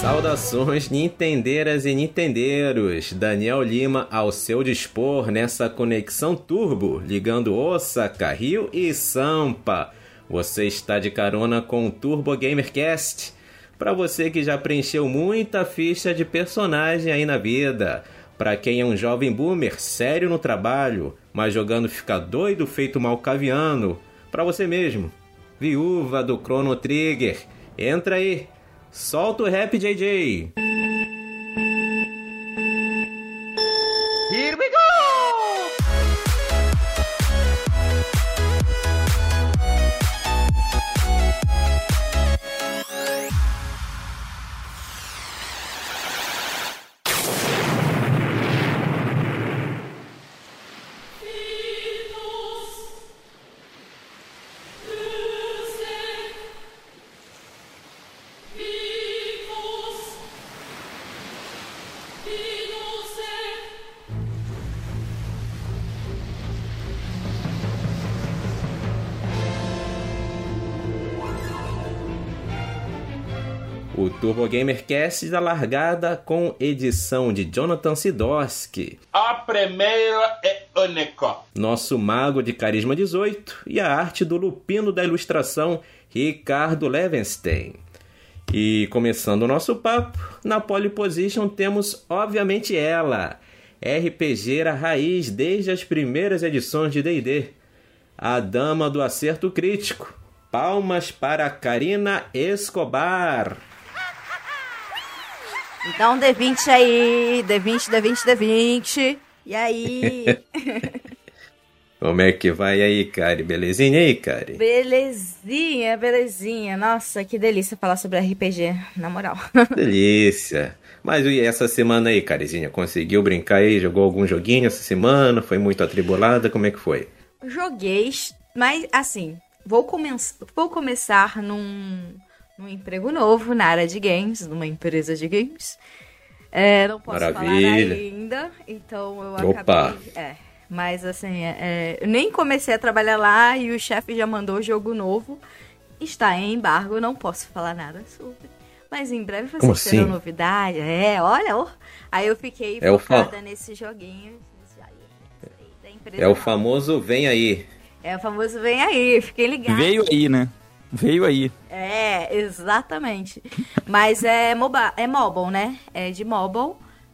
Saudações nintendeiras e nintendeiros, Daniel Lima ao seu dispor nessa conexão turbo, ligando Osaka, Rio e Sampa. Você está de carona com o Turbo Gamercast, para você que já preencheu muita ficha de personagem aí na vida, para quem é um jovem boomer sério no trabalho, mas jogando fica doido feito malcaviano, para você mesmo, viúva do Chrono Trigger, entra aí! Solta o rap, JJ! Here we go! O Turbo Gamercast da largada com edição de Jonathan Sidorski. A primeira é única. Nosso mago de carisma 18 e a arte do lupino da ilustração Ricardo Levenstein. E começando o nosso papo, na pole position temos obviamente ela, RPGera raiz desde as primeiras edições de D&D, a dama do acerto crítico. Palmas para Karina Escobar. Então, D20 aí, D20. E aí? Como é que vai aí, Kari? Belezinha aí, Kari? Belezinha. Nossa, que delícia falar sobre RPG, na moral. Delícia. Mas e essa semana aí, Karizinha? Conseguiu brincar aí? Jogou algum joguinho essa semana? Foi muito atribulada? Como é que foi? Joguei, mas assim, vou começar num emprego novo na área de games, numa empresa de games. Não posso falar ainda, então eu acabei... Mas assim, eu nem comecei a trabalhar lá e o chefe já mandou o jogo novo. Está em embargo, não posso falar nada sobre. Mas em breve vocês terão novidade. Olha, aí eu fiquei focada nesse joguinho. Da empresa o famoso vem aí. É o famoso vem aí, fiquei ligado. Veio aí, né? Veio aí. Exatamente. Mas é mobile, né? É de mobile.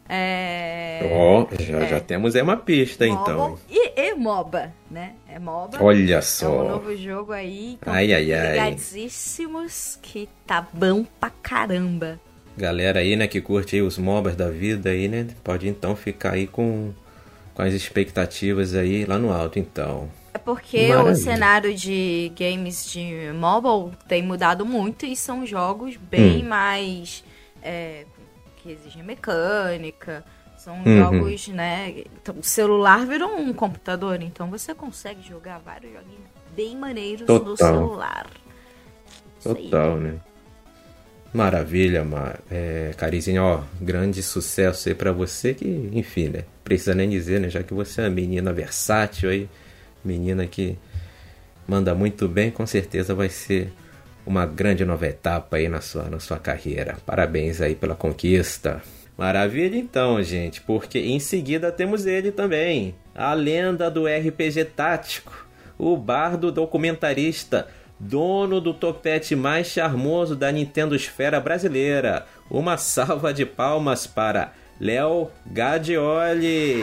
Já temos uma pista, mobile, então. E MOBA, né? É MOBA. Olha só. É um novo jogo aí. Então ai. Ligadíssimos que tá bom pra caramba. Galera aí, né, que curte aí os MOBAs da vida aí, né? Pode então ficar aí com as expectativas aí lá no alto, então. É porque o cenário de games de mobile tem mudado muito e são jogos bem mais que exigem mecânica, são jogos, né? Então, o celular virou um computador, então você consegue jogar vários joguinhos bem maneiros no celular. Total, né? Maravilha, Carizinha, grande sucesso aí pra você que, enfim, né? Precisa nem dizer, né? Já que você é uma menina versátil aí, menina que manda muito bem, com certeza vai ser uma grande nova etapa aí na sua carreira. Parabéns aí pela conquista. Maravilha então, gente, porque em seguida temos ele também, a lenda do RPG tático, o bardo documentarista, dono do topete mais charmoso da Nintendosfera brasileira. Uma salva de palmas para Léo Gadioli.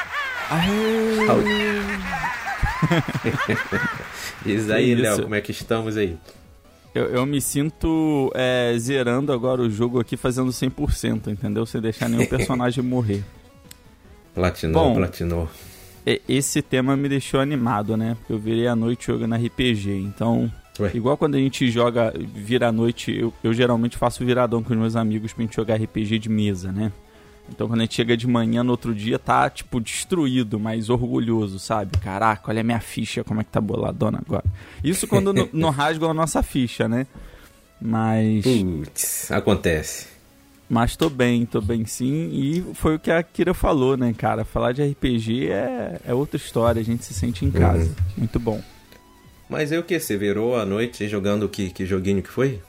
Diz aí, Léo, como é que estamos aí? Eu me sinto zerando agora o jogo aqui, fazendo 100%, entendeu? Sem deixar nenhum personagem morrer. Platinou. Esse tema me deixou animado, né? Porque eu virei a noite jogando RPG, então... Igual quando a gente vira a noite, eu geralmente faço viradão com os meus amigos pra gente jogar RPG de mesa, né? Então quando a gente chega de manhã no outro dia, tá tipo destruído, mas orgulhoso, sabe? Caraca, olha a minha ficha, como é que tá boladona agora. Isso quando não rasgam a nossa ficha, né? Mas... Putz, acontece. Mas tô bem sim. E foi o que a Kira falou, né, cara? Falar de RPG é outra história, a gente se sente em casa. Muito bom. Mas aí o que? Você virou a noite jogando que joguinho que foi?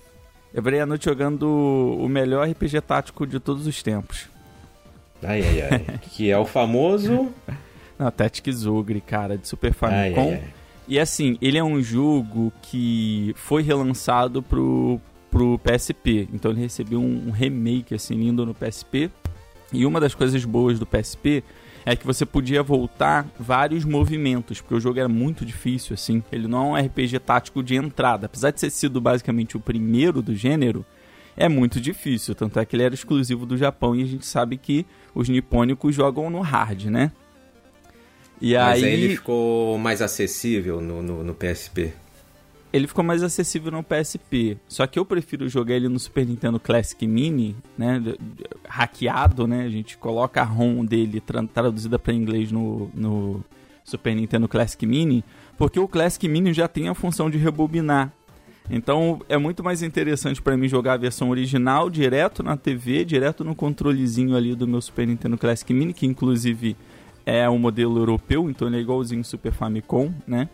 Eu virei a noite jogando o melhor RPG tático de todos os tempos. Ai. Que é o famoso... Não, Tactics Ogre, cara, de Super Famicom. Ai. E assim, ele é um jogo que foi relançado pro PSP. Então ele recebeu um remake assim lindo no PSP. E uma das coisas boas do PSP é que você podia voltar vários movimentos, porque o jogo era muito difícil, assim. Ele não é um RPG tático de entrada. Apesar de ter sido basicamente o primeiro do gênero, é muito difícil. Tanto é que ele era exclusivo do Japão e a gente sabe que os nipônicos jogam no hard, né? Mas aí ele ficou mais acessível no PSP. Ele ficou mais acessível no PSP. Só que eu prefiro jogar ele no Super Nintendo Classic Mini, né? Hackeado, né? A gente coloca a ROM dele traduzida para inglês no Super Nintendo Classic Mini, porque o Classic Mini já tem a função de rebobinar. Então é muito mais interessante para mim jogar a versão original direto na TV, direto no controlezinho ali do meu Super Nintendo Classic Mini, que inclusive é um modelo europeu, então ele é igualzinho ao Super Famicom, né?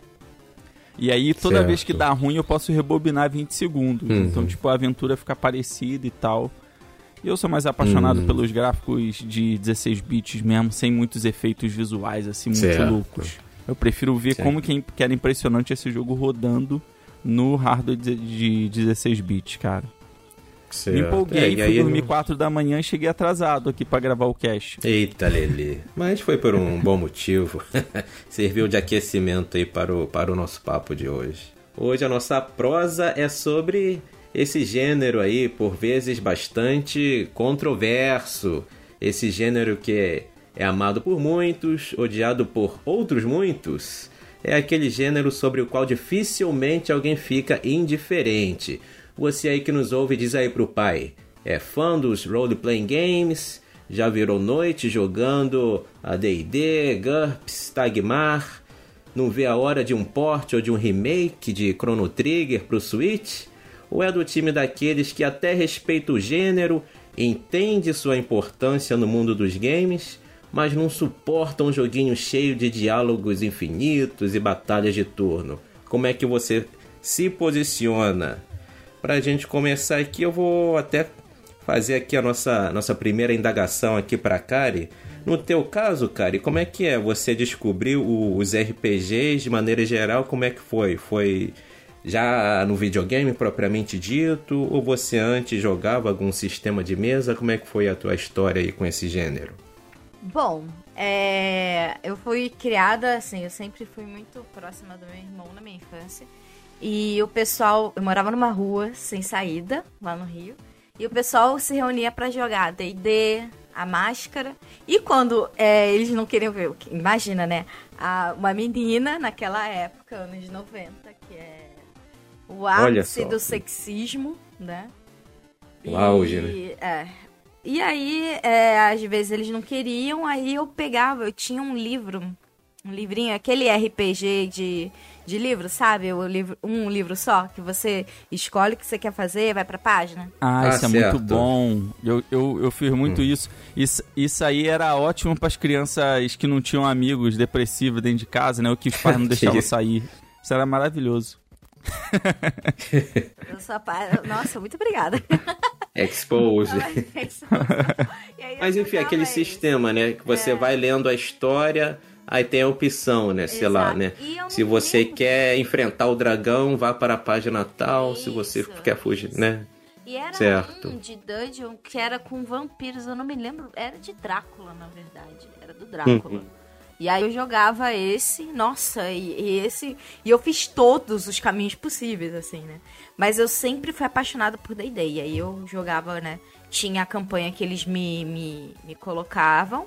E aí, toda vez que dá ruim, eu posso rebobinar 20 segundos. Então, tipo, a aventura fica parecida e tal. E eu sou mais apaixonado pelos gráficos de 16 bits mesmo, sem muitos efeitos visuais, assim, muito loucos. Eu prefiro ver como que era impressionante esse jogo rodando no hardware de 16 bits, cara. Me empolguei, fui dormir 4 da manhã e cheguei atrasado aqui pra gravar o cast. Eita, Lelê. Mas foi por um bom motivo. Serviu de aquecimento aí para o nosso papo de hoje. Hoje a nossa prosa é sobre esse gênero aí, por vezes bastante controverso. Esse gênero que é amado por muitos, odiado por outros muitos. É aquele gênero sobre o qual dificilmente alguém fica indiferente. Você aí que nos ouve, diz aí pro pai, é fã dos role-playing games, já virou noite jogando a D&D, GURPS, Tagmar, não vê a hora de um port ou de um remake de Chrono Trigger pro Switch? Ou é do time daqueles que até respeita o gênero, entende sua importância no mundo dos games, mas não suporta um joguinho cheio de diálogos infinitos e batalhas de turno? Como é que você se posiciona? Pra gente começar aqui, eu vou até fazer aqui a nossa primeira indagação aqui pra Kari. No teu caso, Kari, como é que é? Você descobriu os RPGs de maneira geral, como é que foi? Foi já no videogame propriamente dito? Ou você antes jogava algum sistema de mesa? Como é que foi a tua história aí com esse gênero? Bom, eu fui criada, assim, eu sempre fui muito próxima do meu irmão na minha infância. E o pessoal, eu morava numa rua sem saída, lá no Rio, e o pessoal se reunia pra jogar D&D, a Máscara, e quando eles não queriam ver, imagina, né, uma menina naquela época, anos 90, que é o ápice do sexismo, né? O auge, né? E aí, às vezes eles não queriam, aí eu tinha um livrinho, aquele RPG de livro, sabe? Um livro só, que você escolhe o que você quer fazer, vai pra página. Isso é muito bom. Eu fiz muito isso. Isso aí era ótimo pras crianças que não tinham amigos depressivos dentro de casa, né? O que os pais não deixavam sair. Isso era maravilhoso. Eu sou Nossa, muito obrigada. Expose. Mas enfim, aquele sistema, né? Que você vai lendo a história... Aí tem a opção, né? Sei lá, né? Se você quer enfrentar o dragão, vá para a página tal. Se você quer fugir, né? E era um de Dungeon que era com vampiros, eu não me lembro. Era de Drácula, na verdade. Era do Drácula. E aí eu jogava esse, nossa, e eu fiz todos os caminhos possíveis, assim, né? Mas eu sempre fui apaixonada por D&D. E aí eu jogava, né? Tinha a campanha que eles me colocavam.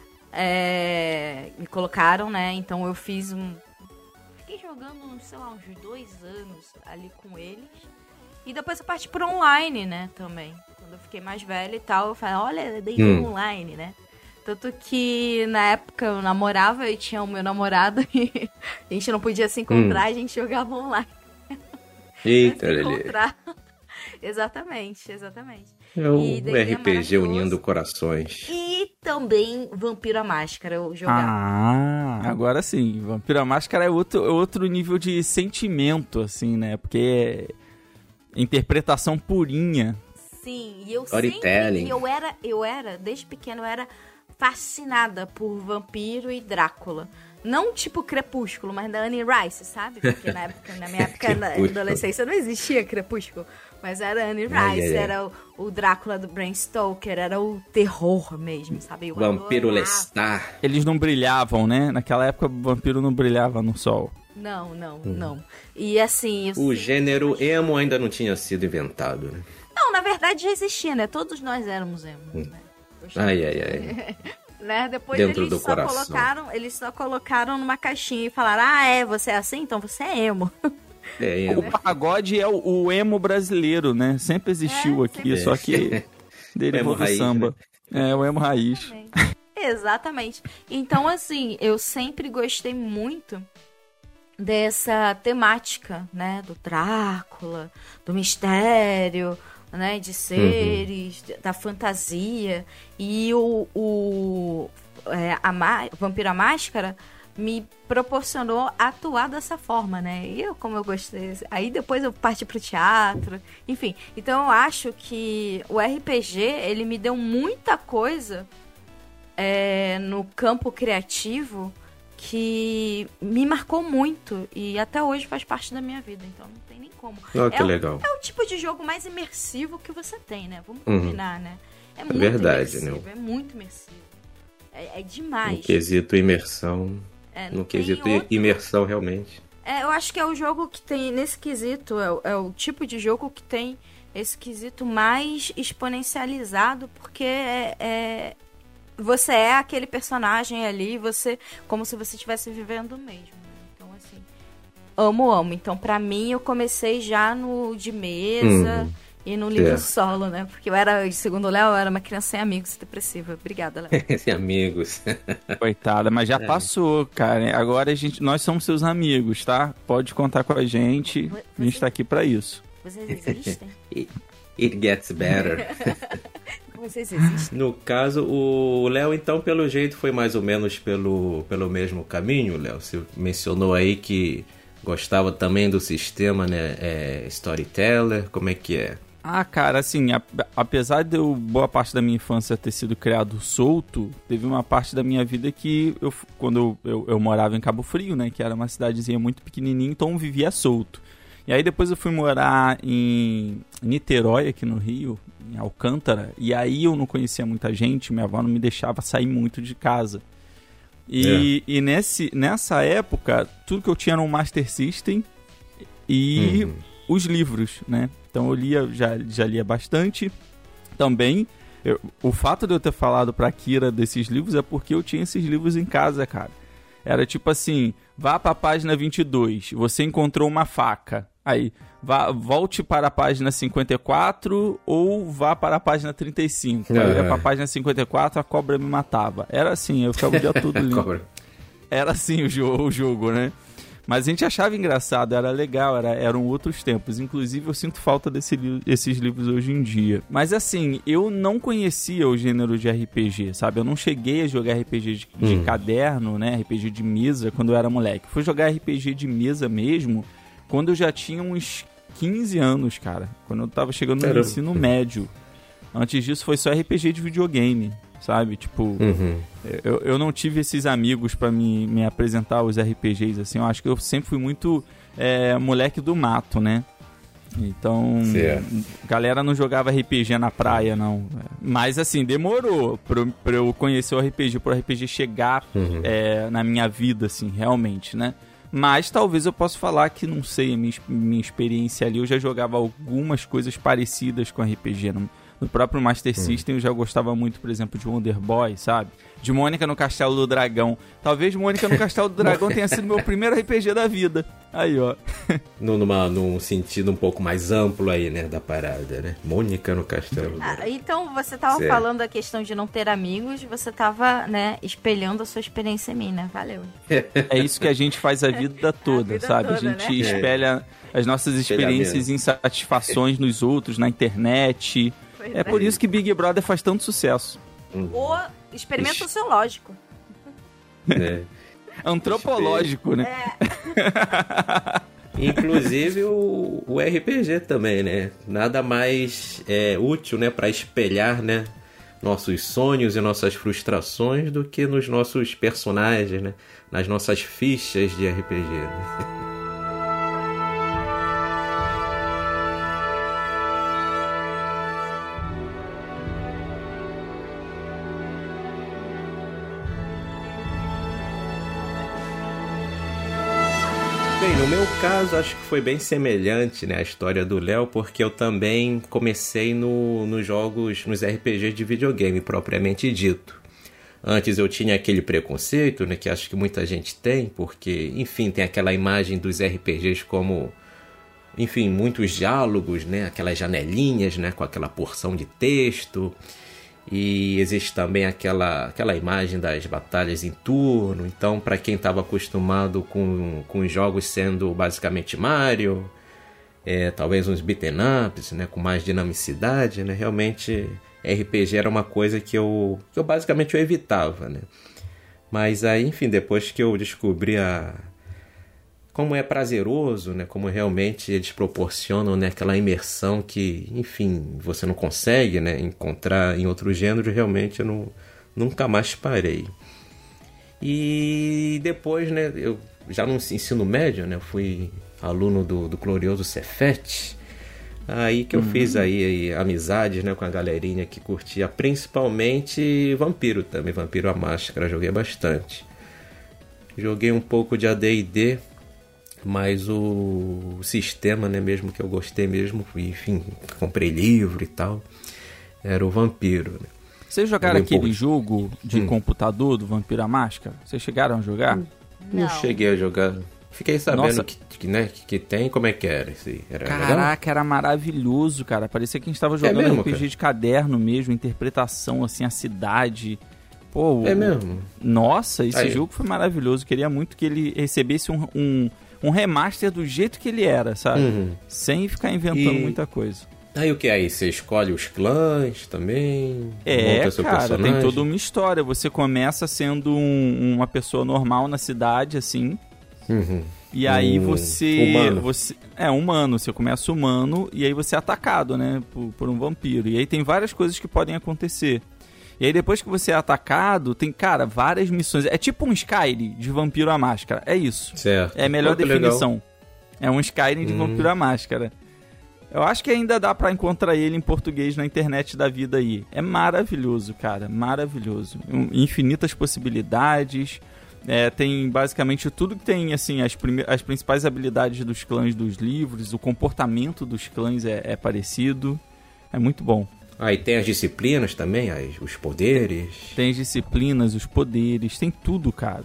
Me colocaram, né? Então eu fiquei jogando, sei lá, uns 2 anos ali com eles. E depois eu parti pro online, né? Também. Quando eu fiquei mais velha e tal, eu falei, olha, dei online, né? Tanto que na época eu namorava e tinha o meu namorado e a gente não podia se encontrar, a gente jogava online. Eita, Lelê. Exatamente. É o RPG unindo corações. E também Vampiro à Máscara eu jogava. Agora sim. Vampiro à Máscara é outro nível de sentimento, assim, né? Porque Interpretação purinha. Sim, e eu Storytelling. sempre... Eu era, desde pequeno, eu era fascinada por Vampiro e Drácula. Não tipo Crepúsculo, mas da Anne Rice, sabe? Porque na minha época, na adolescência, não existia Crepúsculo. Mas era Anne Rice, era o Drácula do Bram Stoker, era o terror mesmo, sabe? Eu Vampiro adorava. Lestat. Eles não brilhavam, né? Naquela época o vampiro não brilhava no sol. Não. E assim... O gênero emo ainda não tinha sido inventado, né? Não, na verdade já existia, né? Todos nós éramos emo, né? Ai. Né? Depois Dentro eles do coração. Eles só colocaram numa caixinha e falaram, você é assim? Então você é emo. Emo. O pagode é o emo brasileiro, né? Sempre existiu aqui, só que derivou do samba. Né? É, o emo raiz. Exatamente. Então, assim, eu sempre gostei muito dessa temática, né? Do Drácula, do mistério, né? De seres, da fantasia. E o Vampiro à Máscara me proporcionou atuar dessa forma, né? E como eu gostei... Aí depois eu parti pro teatro, enfim. Então eu acho que o RPG, ele me deu muita coisa no campo criativo que me marcou muito e até hoje faz parte da minha vida, então não tem nem como. Que legal. É o tipo de jogo mais imersivo que você tem, né? Vamos combinar, né? É muito verdade, imersivo, né? É muito imersivo. É demais. No quesito imersão. No quesito imersão, realmente. Eu acho que é o jogo que tem, nesse quesito, é o tipo de jogo que tem esse quesito mais exponencializado, porque você é aquele personagem ali, como se você estivesse vivendo mesmo. Né? Então, assim, amo. Então, pra mim, eu comecei já no de mesa e no livro solo, né? Porque segundo o Léo, eu era uma criança sem amigos, depressiva. Obrigada, Léo. Sem amigos. Coitada, mas já passou, cara. Agora nós somos seus amigos, tá? Pode contar com a gente. A gente tá aqui pra isso. Vocês existem? It gets better. Vocês existem? No caso, o Léo, então, pelo jeito, foi mais ou menos pelo mesmo caminho, Léo. Você mencionou aí que gostava também do sistema, né? Storyteller, como é que é? Cara, assim, apesar de boa parte da minha infância ter sido criado solto, teve uma parte da minha vida que, quando eu morava em Cabo Frio, né? Que era uma cidadezinha muito pequenininha, então eu vivia solto. E aí depois eu fui morar em Niterói, aqui no Rio, em Alcântara, e aí eu não conhecia muita gente, minha avó não me deixava sair muito de casa. E nessa época, tudo que eu tinha era um Master System e os livros, né? Então eu já lia bastante. Também, o fato de eu ter falado pra Kira desses livros é porque eu tinha esses livros em casa, cara. Era tipo assim, vá pra página 22, você encontrou uma faca. Aí, volte para a página 54 ou vá para a página 35. Aí eu ia para a página 54, a cobra me matava. Era assim, eu ficava o dia todo lindo. Era assim o jogo, né? Mas a gente achava engraçado, era legal, eram outros tempos. Inclusive, eu sinto falta desses livros hoje em dia. Mas assim, eu não conhecia o gênero de RPG, sabe? Eu não cheguei a jogar RPG de caderno, né? RPG de mesa, quando eu era moleque. Fui jogar RPG de mesa mesmo quando eu já tinha uns 15 anos, cara. Quando eu tava chegando no ensino médio. Antes disso, foi só RPG de videogame, sabe? Tipo, eu não tive esses amigos pra me apresentar os RPGs, assim. Eu acho que eu sempre fui muito moleque do mato, né? Então, galera não jogava RPG na praia, não. Mas, assim, demorou pra eu conhecer o RPG, pro RPG chegar na minha vida, assim, realmente, né? Mas talvez eu possa falar que, não sei, a minha experiência ali, eu já jogava algumas coisas parecidas com RPG. No próprio Master System eu já gostava muito, por exemplo, de Wonder Boy, sabe? De Mônica no Castelo do Dragão. Talvez Mônica no Castelo do Dragão tenha sido meu primeiro RPG da vida. Aí, ó. Num sentido um pouco mais amplo aí, né, da parada, né? Mônica no Castelo do Dragão. Então, você tava falando da questão de não ter amigos, você tava, né, espelhando a sua experiência em mim, né? Valeu. É isso que a gente faz a vida toda, sabe? A gente espelha as nossas experiências e insatisfações nos outros, na internet. É por isso que Big Brother faz tanto sucesso. O experimento sociológico. Antropológico, né? Inclusive o RPG também, né? Nada mais útil, né, para espelhar, né, nossos sonhos e nossas frustrações do que nos nossos personagens, né? Nas nossas fichas de RPG, né? Bem, no meu caso, acho que foi bem semelhante, né, a história do Léo, porque eu também comecei nos jogos, nos RPGs de videogame, propriamente dito. Antes eu tinha aquele preconceito, né, que acho que muita gente tem, porque, enfim, tem aquela imagem dos RPGs como, enfim, muitos diálogos, né, aquelas janelinhas, né, com aquela porção de texto. E existe também aquela imagem das batalhas em turno. Então, para quem estava acostumado com os jogos sendo basicamente Mario, talvez uns beat'em ups, né, com mais dinamicidade, né, realmente RPG era uma coisa que eu basicamente evitava, né. Mas aí, enfim, depois que eu descobri como é prazeroso, né, como realmente eles proporcionam, né, aquela imersão que, enfim, você não consegue, né, encontrar em outro gênero, realmente eu nunca mais parei. E depois, né, eu já no ensino médio, né, eu fui aluno do glorioso Cefete, aí que eu fiz aí amizades, né, com a galerinha que curtia principalmente Vampiro também, Vampiro à Máscara, joguei bastante. Joguei um pouco de AD&D, mas o sistema, né, mesmo que eu gostei mesmo, enfim, comprei livro e tal, era o Vampiro, né? Vocês jogaram aquele jogo de computador do Vampiro à Máscara? Vocês chegaram a jogar? Não cheguei a jogar. Fiquei sabendo que tem, como é que era esse? Caraca, era maravilhoso, cara. Parecia que a gente tava jogando RPG cara? De caderno mesmo, interpretação, assim, a cidade. Pô, mesmo? Nossa, esse jogo foi maravilhoso. Queria muito que ele recebesse um remaster do jeito que ele era, sabe? Sem ficar inventando muita coisa. Aí o que? Aí você escolhe os clãs também? Monta seu personagem? Tem toda uma história. Você começa sendo uma pessoa normal na cidade, assim. E aí humano. Humano. Você começa humano e aí você é atacado, né? Por um vampiro. E aí tem várias coisas que podem acontecer. E aí depois que você é atacado, tem, cara, várias missões. É tipo um Skyrim de Vampiro à Máscara. É isso. Certo. É a melhor definição. Legal. É um Skyrim de Vampiro à Máscara. Eu acho que ainda dá pra encontrar ele em português na internet da vida aí. É maravilhoso, cara. Maravilhoso. Infinitas possibilidades. Tem basicamente tudo que tem, assim, as principais habilidades dos clãs dos livros. O comportamento dos clãs é parecido. É muito bom. E tem as disciplinas também, os poderes. Tem as disciplinas, os poderes, tem tudo, cara.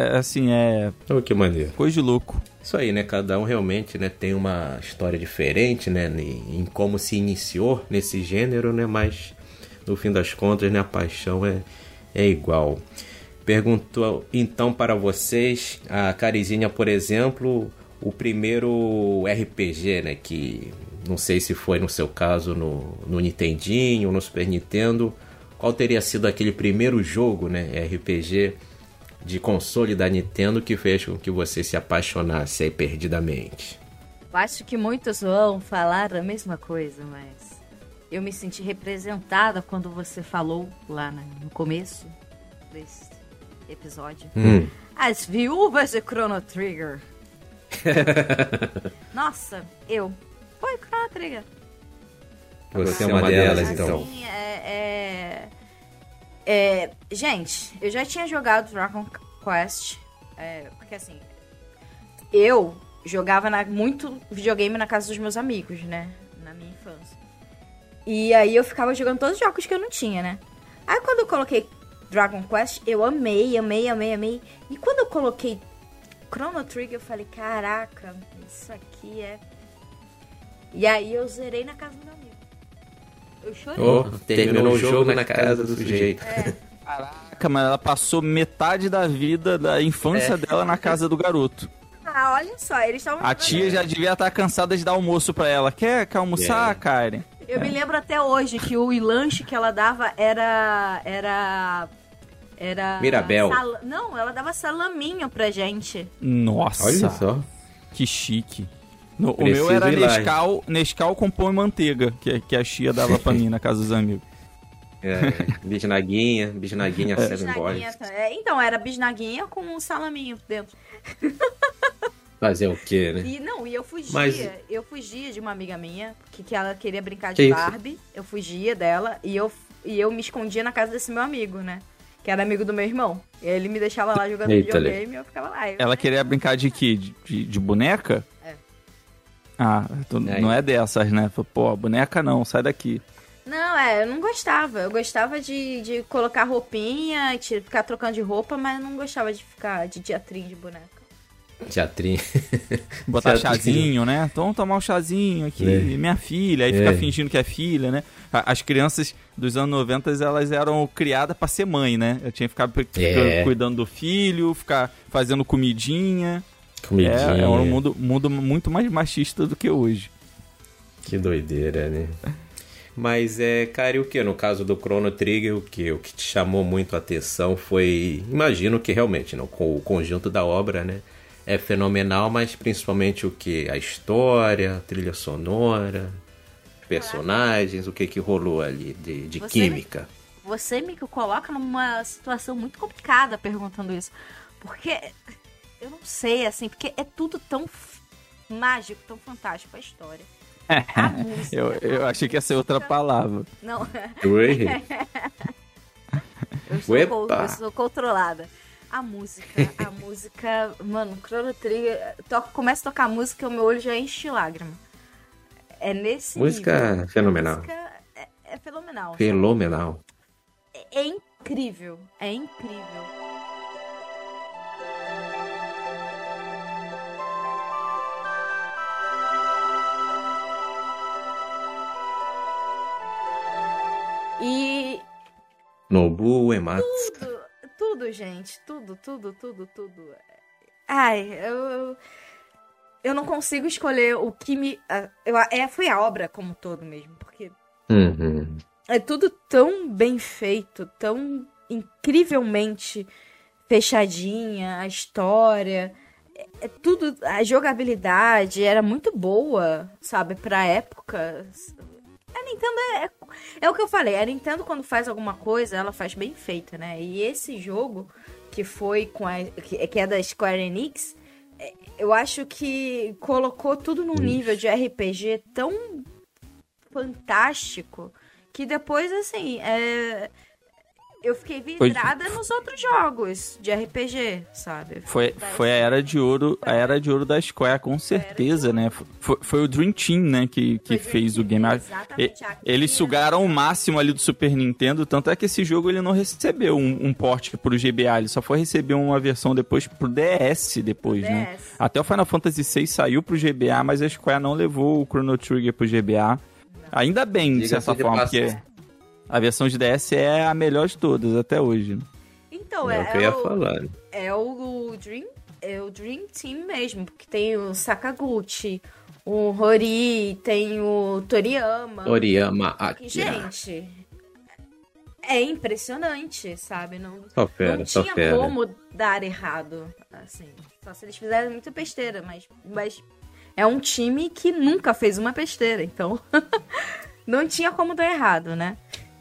Oh, que maneiro. Coisa de louco. Isso aí, né? Cada um realmente, né, tem uma história diferente, né, em como se iniciou nesse gênero, né? Mas, no fim das contas, né, a paixão é igual. Pergunto, então, para vocês, a Carizinha, por exemplo, o primeiro RPG, né, que... Não sei se foi no seu caso no Nintendinho ou no Super Nintendo. Qual teria sido aquele primeiro jogo, né, RPG de console da Nintendo que fez com que você se apaixonasse aí perdidamente? Acho que muitos vão falar a mesma coisa, mas eu me senti representada quando você falou lá no começo desse episódio. As viúvas de Chrono Trigger. Nossa, Foi Chrono Trigger. Você é uma delas, então. Assim, gente, eu já tinha jogado Dragon Quest, porque assim, eu jogava muito videogame na casa dos meus amigos, né, na minha infância. E aí eu ficava jogando todos os jogos que eu não tinha, né. Aí quando eu coloquei Dragon Quest, eu amei. E quando eu coloquei Chrono Trigger, eu falei, caraca, isso aqui é... E aí eu zerei na casa do meu amigo. Eu chorei. Terminou o jogo na casa do sujeito. Caraca, mas ela passou metade da vida, da infância dela na casa do garoto. Olha só, eles estavam... A tia já devia estar cansada de dar almoço pra ela. Quer almoçar, Karen? Eu me lembro até hoje que o lanche que ela dava era Mirabel. Não, ela dava salaminho pra gente. Nossa. Olha só. Que chique. O meu era Nescau com pão e manteiga, que a tia dava pra mim na casa dos amigos. Bisnaguinha Seven Boys. Então, era bisnaguinha com um salaminho dentro. Fazer o quê, né? E eu fugia. Eu fugia de uma amiga minha, que ela queria brincar de Barbie. Eu fugia dela e eu me escondia na casa desse meu amigo, né? Que era amigo do meu irmão. E ele me deixava lá jogando videogame e eu ficava lá. Ela queria brincar de quê? De boneca? É. Não é dessas, né? Pô, boneca não, sai daqui. Não, eu não gostava. Eu gostava de colocar roupinha, de ficar trocando de roupa, mas eu não gostava de ficar de teatrinho de boneca. Teatrinho. Botar chazinho, né? Então tomar um chazinho aqui, minha filha. Aí fica fingindo que é filha, né? As crianças dos anos 90, elas eram criadas pra ser mãe, né? Eu tinha que ficar cuidando do filho, ficar fazendo comidinha. É um mundo muito mais machista do que hoje. Que doideira, né? Mas, cara, e o que? No caso do Chrono Trigger, o que te chamou muito a atenção foi... Imagino que realmente, não, com o conjunto da obra, né? É fenomenal, mas principalmente o que? A história, a trilha sonora, personagens, o que rolou ali de química. Você me coloca numa situação muito complicada perguntando isso. Porque, eu não sei, assim, porque é tudo tão mágico, tão fantástico, a história. A música, eu achei que ia ser outra palavra. Não. Oi. Eu sou controlada. A música, mano, Chrono Trigger, começa a tocar a música e o meu olho já enche de lágrima. É nesse música nível. Fenomenal. A música é fenomenal. Fenomenal. É incrível, é incrível. E... Nobuo Uematsu. Tudo, gente. Tudo. Ai, eu não consigo escolher o que me... Foi a obra como um todo mesmo, porque... É tudo tão bem feito, tão incrivelmente fechadinha, a história... É tudo... A jogabilidade era muito boa, sabe? Pra época... A Nintendo é o que eu falei, a Nintendo quando faz alguma coisa, ela faz bem feita, né? E esse jogo, que foi que é da Square Enix, eu acho que colocou tudo num nível de RPG tão fantástico, que depois, assim, eu fiquei vidrada nos outros jogos de RPG, sabe? Foi a era de ouro, da Square, com certeza, né? Foi o Dream Team, né, que fez o game. Eles sugaram o máximo ali do Super Nintendo, tanto é que esse jogo ele não recebeu um port pro GBA, ele só foi receber uma versão depois pro DS né? Até o Final Fantasy VI saiu pro GBA, mas a Square não levou o Chrono Trigger pro GBA. Ainda bem, de certa forma, porque... A versão de DS é a melhor de todas, até hoje. Então, é o que eu ia falar. É o Dream Team mesmo, porque tem o Sakaguchi, o Hori, tem o Toriyama. Akira. Gente, é impressionante, sabe? Não tinha como dar errado, assim. Só se eles fizerem muita besteira, mas é um time que nunca fez uma besteira, então não tinha como dar errado, né?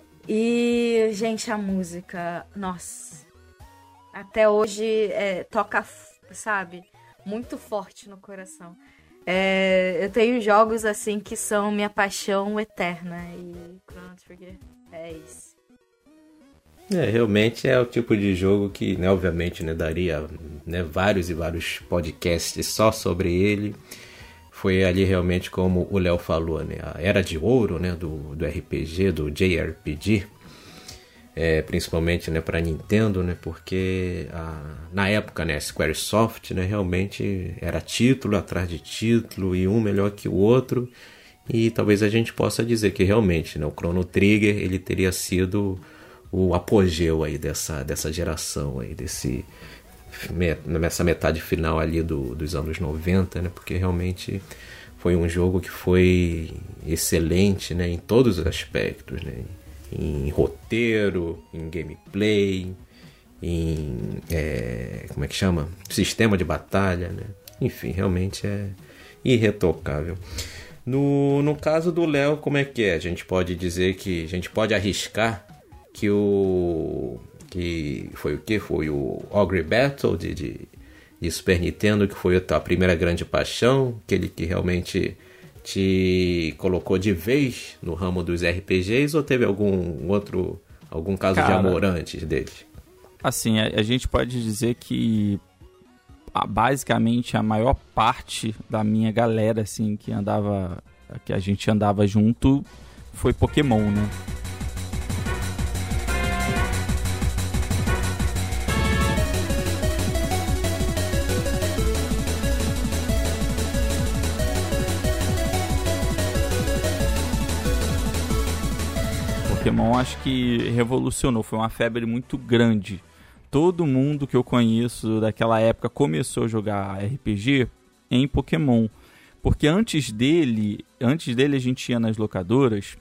E, gente, a música, nossa, até hoje toca, sabe, muito forte no coração. Eu tenho jogos, assim, que são minha paixão eterna, e Chrono Trigger é isso. Realmente é o tipo de jogo que, né, obviamente, né, daria, né, vários e vários podcasts só sobre ele. Foi ali realmente como o Léo falou, né? A era de ouro, né? do RPG, do JRPG, principalmente, né, para Nintendo, né? Porque na época, né, a Squaresoft, né, realmente era título atrás de título e um melhor que o outro, e talvez a gente possa dizer que realmente, né, o Chrono Trigger ele teria sido o apogeu aí dessa geração aí, nessa metade final ali dos anos 90, né? Porque realmente foi um jogo que foi excelente, né? Em todos os aspectos, né? Em roteiro, em gameplay, em como é que chama? Sistema de batalha, né? Enfim, realmente irretocável. No caso do Léo, como é que é? A gente pode dizer que... A gente pode arriscar que foi o quê? Foi o Ogre Battle de Super Nintendo, que foi a tua primeira grande paixão, aquele que realmente te colocou de vez no ramo dos RPGs, ou teve algum caso de amor antes dele? Assim, a gente pode dizer que basicamente a maior parte da minha galera, assim, que a gente andava junto, foi Pokémon, né? Pokémon acho que revolucionou, foi uma febre muito grande. Todo mundo que eu conheço daquela época começou a jogar RPG em Pokémon. Porque antes dele a gente ia nas locadoras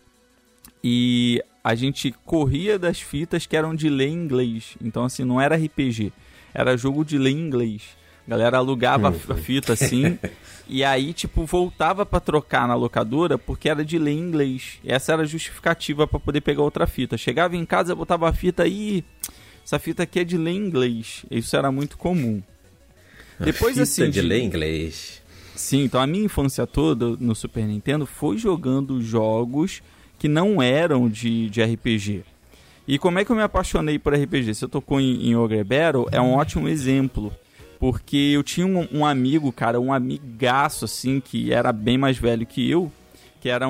e a gente corria das fitas que eram de ler em inglês. Então assim, não era RPG, era jogo de ler em inglês. A galera alugava a fita assim e aí tipo voltava pra trocar na locadora porque era de ler em inglês. Essa era a justificativa pra poder pegar outra fita. Chegava em casa, botava a fita e essa fita aqui é de ler em inglês. Isso era muito comum. Depois fita assim de ler em inglês. Sim, então a minha infância toda no Super Nintendo foi jogando jogos que não eram de RPG. E como é que eu me apaixonei por RPG? Você tocou em Ogre Battle, é um ótimo exemplo. Porque eu tinha um amigo, cara, um amigaço, assim, que era bem mais velho que eu, que era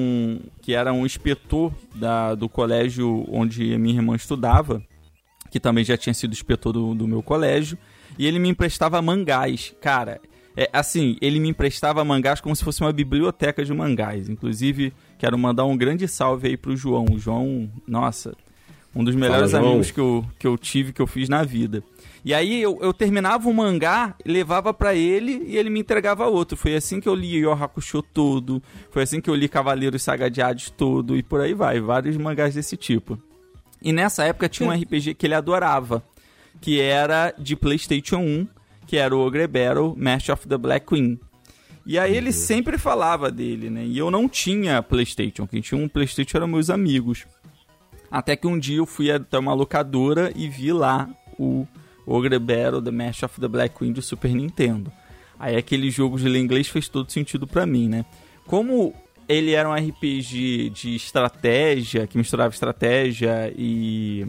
um inspetor do colégio onde a minha irmã estudava, que também já tinha sido inspetor do meu colégio, e ele me emprestava mangás. Cara, assim, ele me emprestava mangás como se fosse uma biblioteca de mangás. Inclusive, quero mandar um grande salve aí pro João. O João, nossa, um dos melhores amigos que eu tive, que eu fiz na vida. E aí eu terminava um mangá, levava pra ele e ele me entregava outro. Foi assim que eu li Yu Hakusho todo, foi assim que eu li Cavaleiros Saga de Hades todo e por aí vai, vários mangás desse tipo. E nessa época tinha um RPG que ele adorava, que era de PlayStation 1, que era o Ogre Battle Match of the Black Queen. E aí ele sempre falava dele, né? E eu não tinha PlayStation, quem tinha um PlayStation eram meus amigos. Até que um dia eu fui até uma locadora e vi lá o Ogre Battle The Match of the Black Queen do Super Nintendo. Aí aquele jogo de ler inglês fez todo sentido pra mim, né? Como ele era um RPG de estratégia, que misturava estratégia e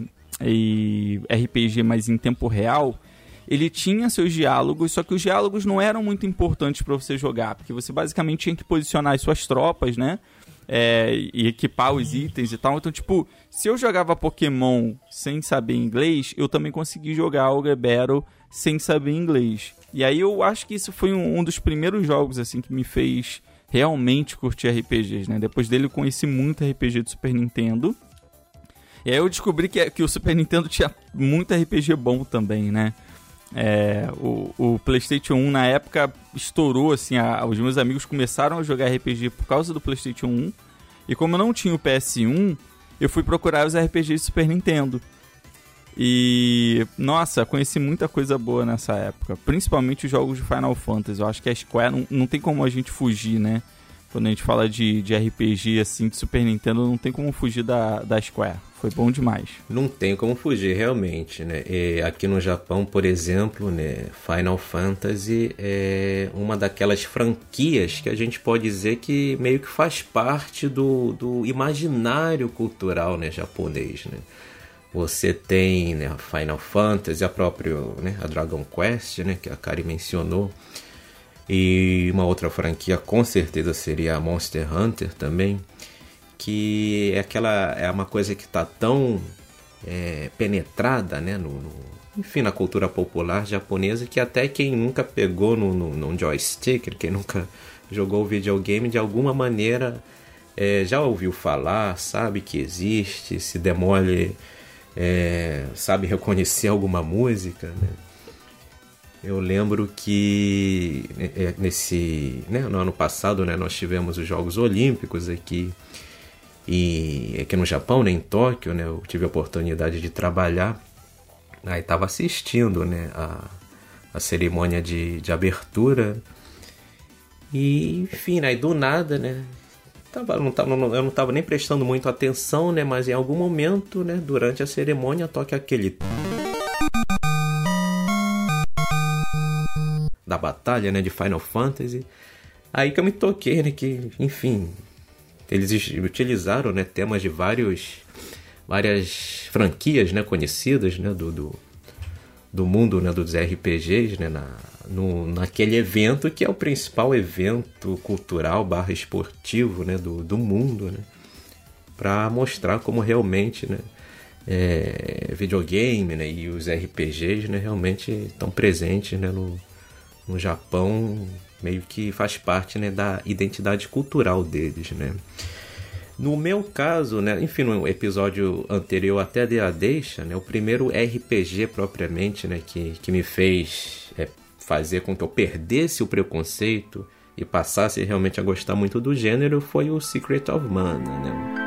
RPG mais em tempo real, ele tinha seus diálogos, só que os diálogos não eram muito importantes pra você jogar, porque você basicamente tinha que posicionar as suas tropas, né? E equipar os itens e tal. Então, tipo, se eu jogava Pokémon sem saber inglês, eu também consegui jogar Ogre Battle sem saber inglês. E aí eu acho que isso foi um dos primeiros jogos assim que me fez realmente curtir RPGs, né? Depois dele eu conheci muito RPG do Super Nintendo. E aí eu descobri que o Super Nintendo tinha muito RPG bom também, né? O PlayStation 1 na época estourou, assim, os meus amigos começaram a jogar RPG por causa do PlayStation 1, e como eu não tinha o PS1, eu fui procurar os RPGs do Super Nintendo. E, nossa, conheci muita coisa boa nessa época, principalmente os jogos de Final Fantasy. Eu acho que a Square não tem como a gente fugir, né? Quando a gente fala de RPG assim, de Super Nintendo, não tem como fugir da Square. Foi bom demais. Não tem como fugir, realmente, né? E aqui no Japão, por exemplo, né, Final Fantasy é uma daquelas franquias que a gente pode dizer que meio que faz parte do imaginário cultural, né, japonês, né? Você tem, né, a Final Fantasy, a Dragon Quest, né, que a Kari mencionou. E uma outra franquia com certeza seria a Monster Hunter também, que é uma coisa que está tão penetrada, né, enfim, na cultura popular japonesa, que até quem nunca pegou num joystick, quem nunca jogou videogame, de alguma maneira já ouviu falar, sabe que existe, se demole, sabe reconhecer alguma música, né? Eu lembro que no ano passado, né, nós tivemos os Jogos Olímpicos aqui no Japão, né, em Tóquio, né, eu tive a oportunidade de trabalhar, aí estava assistindo, né, a cerimônia de abertura, E, enfim, aí do nada, né? Eu não tava nem prestando muito atenção, né? Mas em algum momento, né? Durante a cerimônia, toca aquele... da batalha, né? De Final Fantasy. Aí que eu me toquei, né? Que, enfim... Eles utilizaram, né? Temas de várias franquias, né? Conhecidas, né? Do mundo, né, dos RPGs, né, naquele evento que é o principal evento cultural / esportivo, né, do mundo, né, para mostrar como realmente, né, videogame, né, e os RPGs, né, realmente estão presentes, né, no Japão, meio que faz parte, né, da identidade cultural deles, né. No meu caso, né, enfim, no episódio anterior até dei a deixa, né, o primeiro RPG propriamente, né, que me fez fazer com que eu perdesse o preconceito e passasse realmente a gostar muito do gênero foi o Secret of Mana, né.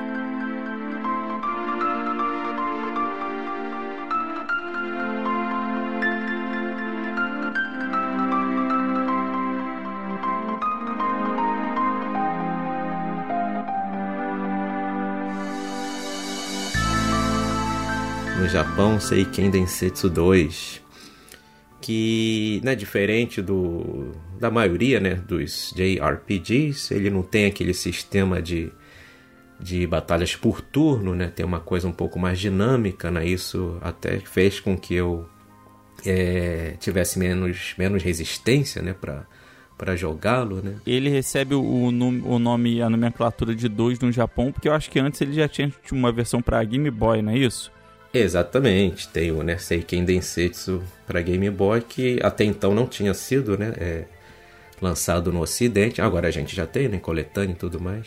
No Japão, Seiken Densetsu 2, que, né, diferente da maioria, né, dos JRPGs, ele não tem aquele sistema de batalhas por turno, né, tem uma coisa um pouco mais dinâmica, né, isso até fez com que eu tivesse menos resistência, né, para jogá-lo, né. Ele recebe o nome, a nomenclatura de 2 no Japão, porque eu acho que antes ele já tinha uma versão para Game Boy, não é isso? Exatamente, tem o, né, Seiken Densetsu para Game Boy, que até então não tinha sido, né, lançado no Ocidente. Agora a gente já tem, né, coletânea e tudo mais.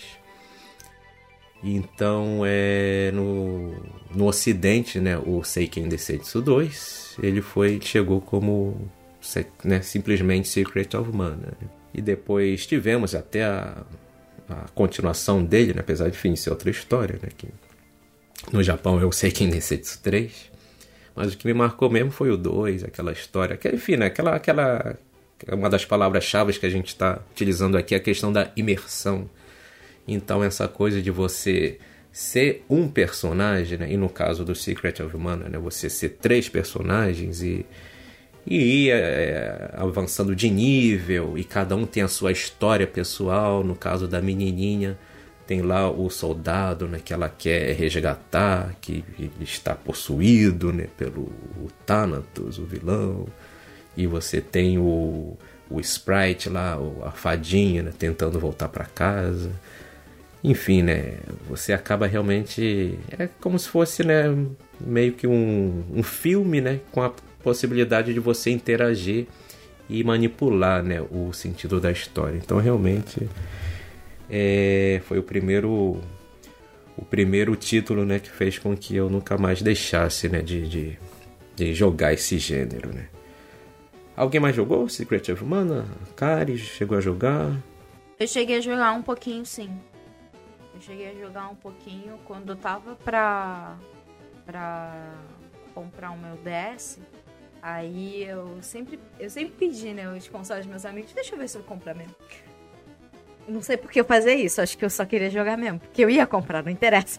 Então, no Ocidente, né, o Seiken Densetsu 2, ele chegou como, né, simplesmente Secret of Mana. E depois tivemos até a continuação dele, né, apesar de, enfim, ser outra história, né, que no Japão eu sei que Densetsu 3, mas o que me marcou mesmo foi o 2, aquela história, que, enfim, né, aquela uma das palavras-chave que a gente está utilizando aqui, a questão da imersão. Então essa coisa de você ser um personagem, né, e no caso do Secret of Mana, né, você ser 3 personagens e ir avançando de nível, e cada um tem a sua história pessoal. No caso da menininha, tem lá o soldado, né, que ela quer resgatar, que está possuído, né, pelo Thanatos, o vilão. E você tem o Sprite lá, a fadinha, né, tentando voltar para casa. Enfim, né, você acaba realmente... É como se fosse, né, meio que um filme, né, com a possibilidade de você interagir e manipular, né, o sentido da história. Então, realmente... foi o primeiro título, né, que fez com que eu nunca mais deixasse, né, de jogar esse gênero, né. Alguém mais jogou Secret of Mana? Kari chegou a jogar? Eu cheguei a jogar um pouquinho, sim. Eu cheguei a jogar um pouquinho quando eu tava pra comprar o meu DS. Aí eu sempre pedi, né, os consoles dos meus amigos, deixa eu ver se eu compro mesmo. Não sei por que eu fazia isso, acho que eu só queria jogar mesmo, porque eu ia comprar, não interessa.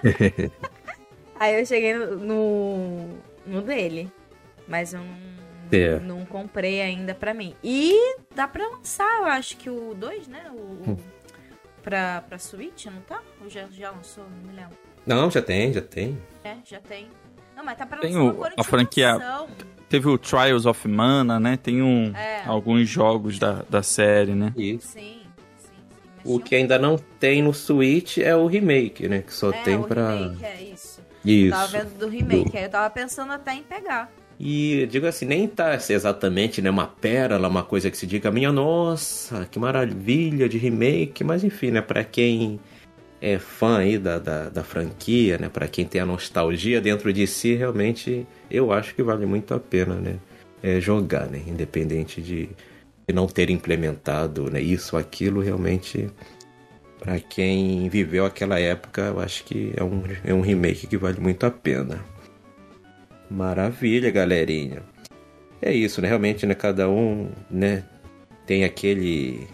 Aí eu cheguei no dele, mas eu não comprei ainda pra mim. E dá pra lançar, eu acho que o 2, né, pra Switch, não tá? Ou já lançou, não me lembro. Não, já tem. Já tem. Não, mas tá pra tem lançar agora a franquia. Teve o Trials of Mana, né, tem alguns jogos da série, né. Isso. Sim. O que ainda não tem no Switch é o remake, né? Que só tem pra... remake, isso. Isso. Eu tava vendo do remake, aí eu tava pensando até em pegar. E, digo assim, nem tá exatamente, né, uma pérola, uma coisa que se diga, minha nossa, que maravilha de remake. Mas, enfim, né, pra quem é fã aí da franquia, né, pra quem tem a nostalgia dentro de si, realmente, eu acho que vale muito a pena, né, jogar, né, independente de não ter implementado, né, isso, aquilo, realmente, para quem viveu aquela época, eu acho que é um remake que vale muito a pena. Maravilha, galerinha. É isso, né, realmente, né, cada um, né, tem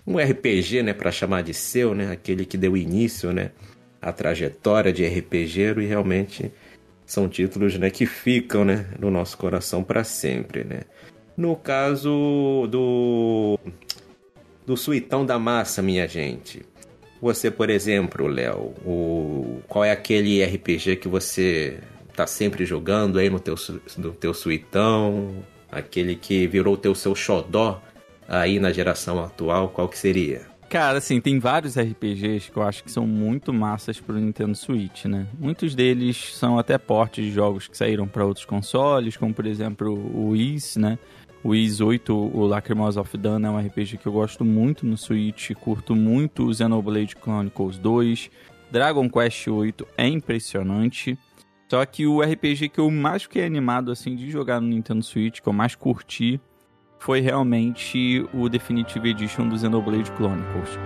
um RPG, né, para chamar de seu, né, aquele que deu início, né, à trajetória de RPGero, e realmente são títulos, né, que ficam, né, no nosso coração para sempre, né. No caso do Suitão da Massa, minha gente, você, por exemplo, Léo, qual é aquele RPG que você tá sempre jogando aí no teu suitão, aquele que virou o seu xodó aí na geração atual, qual que seria? Cara, assim, tem vários RPGs que eu acho que são muito massas pro Nintendo Switch, né? Muitos deles são até portes de jogos que saíram para outros consoles, como por exemplo o Ys, né? O Ys 8, o Lacrimosa of Dawn, é um RPG que eu gosto muito no Switch, curto muito o Xenoblade Chronicles 2, Dragon Quest 8 é impressionante. Só que o RPG que eu mais fiquei animado assim de jogar no Nintendo Switch, que eu mais curti, foi realmente o Definitive Edition do Xenoblade Chronicles.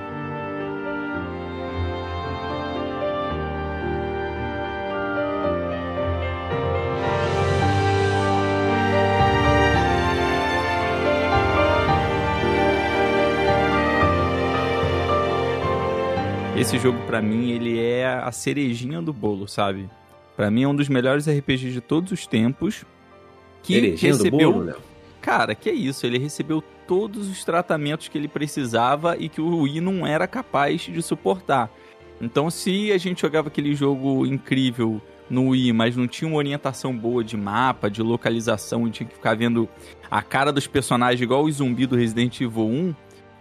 Esse jogo, pra mim, ele é a cerejinha do bolo, sabe? Pra mim é um dos melhores RPGs de todos os tempos. Que cerejinha recebeu... do bolo, Léo? Cara, que é isso, ele recebeu todos os tratamentos que ele precisava e que o Wii não era capaz de suportar. Então, se a gente jogava aquele jogo incrível no Wii, mas não tinha uma orientação boa de mapa, de localização, e tinha que ficar vendo a cara dos personagens igual o zumbi do Resident Evil 1,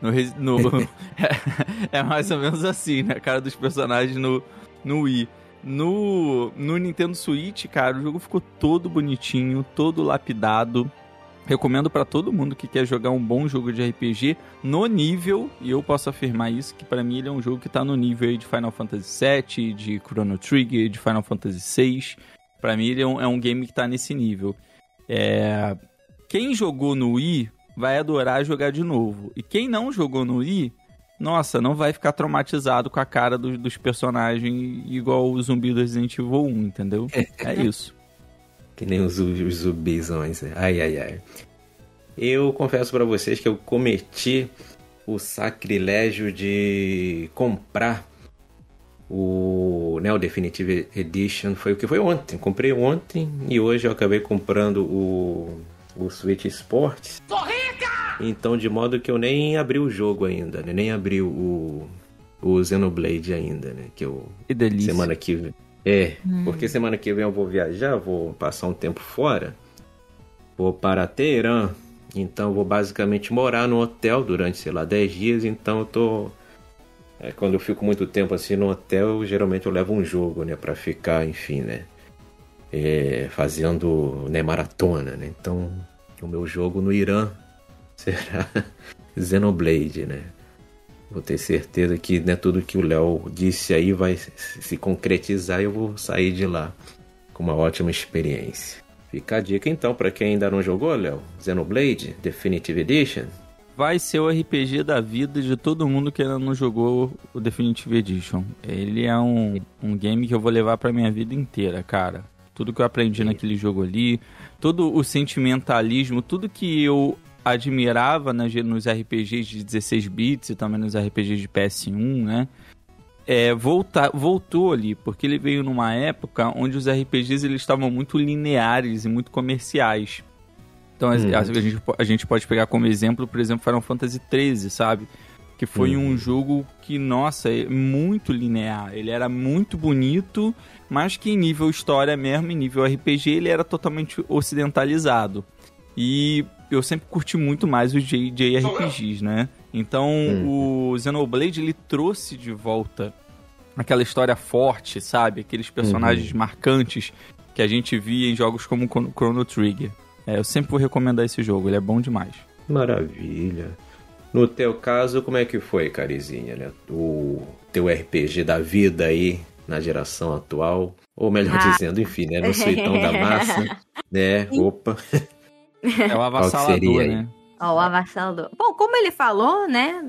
é mais ou menos assim, né? A cara dos personagens no Wii. No Nintendo Switch, cara, o jogo ficou todo bonitinho, todo lapidado. Recomendo pra todo mundo que quer jogar um bom jogo de RPG no nível, e eu posso afirmar isso, que pra mim ele é um jogo que tá no nível aí de Final Fantasy VII, de Chrono Trigger, de Final Fantasy VI. Pra mim ele é um game que tá nesse nível. Quem jogou no Wii vai adorar jogar de novo. E quem não jogou no Wii, nossa, não vai ficar traumatizado com a cara dos personagens igual o zumbi do Resident Evil 1, entendeu? É isso. Que nem os zumbizões. Ai. Eu confesso pra vocês que eu cometi o sacrilégio de comprar o Definitive Edition. Foi o que foi ontem. Comprei ontem e hoje eu acabei comprando o Switch Sports. Tô rica! Então, de modo que eu nem abri o jogo ainda, né? Nem abri o Xenoblade ainda, né? Que delícia. Semana que vem. Porque semana que vem eu vou viajar, vou passar um tempo fora. Vou para Teherã. Então, vou basicamente morar no hotel durante, sei lá, 10 dias. Então, eu tô... quando eu fico muito tempo assim no hotel, geralmente eu levo um jogo, né? Pra ficar, enfim, né? Fazendo, né, maratona, né? Então, o meu jogo no Irã será Xenoblade, né? Vou ter certeza que, né, tudo que o Léo disse aí vai se concretizar e eu vou sair de lá com uma ótima experiência. Fica a dica então para quem ainda não jogou, Léo, Xenoblade Definitive Edition. Vai ser o RPG da vida de todo mundo que ainda não jogou o Definitive Edition. Ele é um game que eu vou levar pra minha vida inteira, cara. Tudo que eu aprendi naquele jogo ali, todo o sentimentalismo, tudo que eu admirava nos RPGs de 16 bits e também nos RPGs de PS1, né? Voltou ali, porque ele veio numa época onde os RPGs eles estavam muito lineares e muito comerciais. Então a gente pode pegar como exemplo, por exemplo, Final Fantasy XIII, sabe? Que foi um jogo que, nossa, é muito linear. Ele era muito bonito, mas que em nível história mesmo, em nível RPG, ele era totalmente ocidentalizado. E eu sempre curti muito mais os JRPGs, né? Então o Xenoblade, ele trouxe de volta aquela história forte, sabe? Aqueles personagens marcantes que a gente via em jogos como Chrono Trigger. Eu sempre vou recomendar esse jogo, ele é bom demais. Maravilha. No teu caso, como é que foi, Carizinha, né? O teu RPG da vida aí, na geração atual, ou melhor dizendo, enfim, né? No suitão da massa, né? Opa. É o avassalador, né? O avassalador. Bom, como ele falou, né,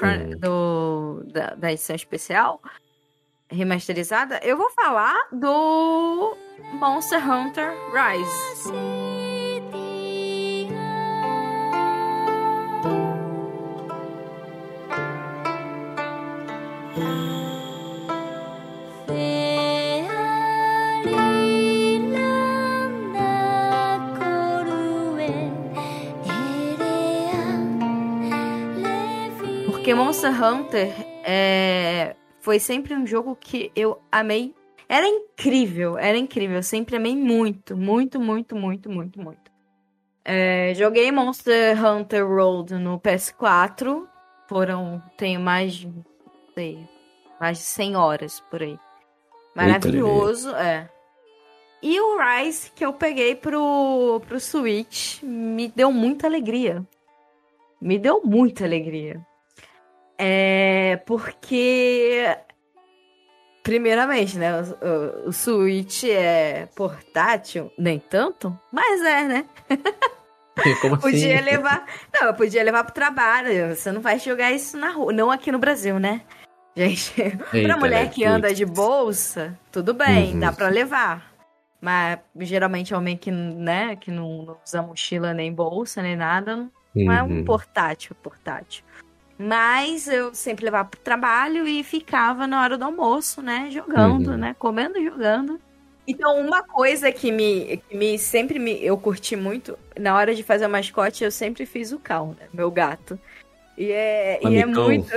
da edição especial remasterizada, eu vou falar do Monster Hunter Rise. Porque Monster Hunter foi sempre um jogo que eu amei. Era incrível. Eu sempre amei muito. Joguei Monster Hunter World no PS4. Tenho mais de 100 horas por aí. Maravilhoso, E o Rise que eu peguei pro Switch me deu muita alegria. Porque, primeiramente, né? O Switch é portátil, nem tanto, mas né? Como assim? Eu podia levar pro trabalho. Você não vai jogar isso na rua. Não aqui no Brasil, né? Gente, pra mulher que anda de bolsa, tudo bem, dá pra levar. Mas geralmente homem que não usa mochila nem bolsa, nem nada, não é um portátil. Mas eu sempre levava pro trabalho e ficava na hora do almoço, né? Jogando, né? Comendo e jogando. Então, uma coisa que eu curti muito, na hora de fazer o mascote, eu sempre fiz o Cal, né? Meu gato. E é muito...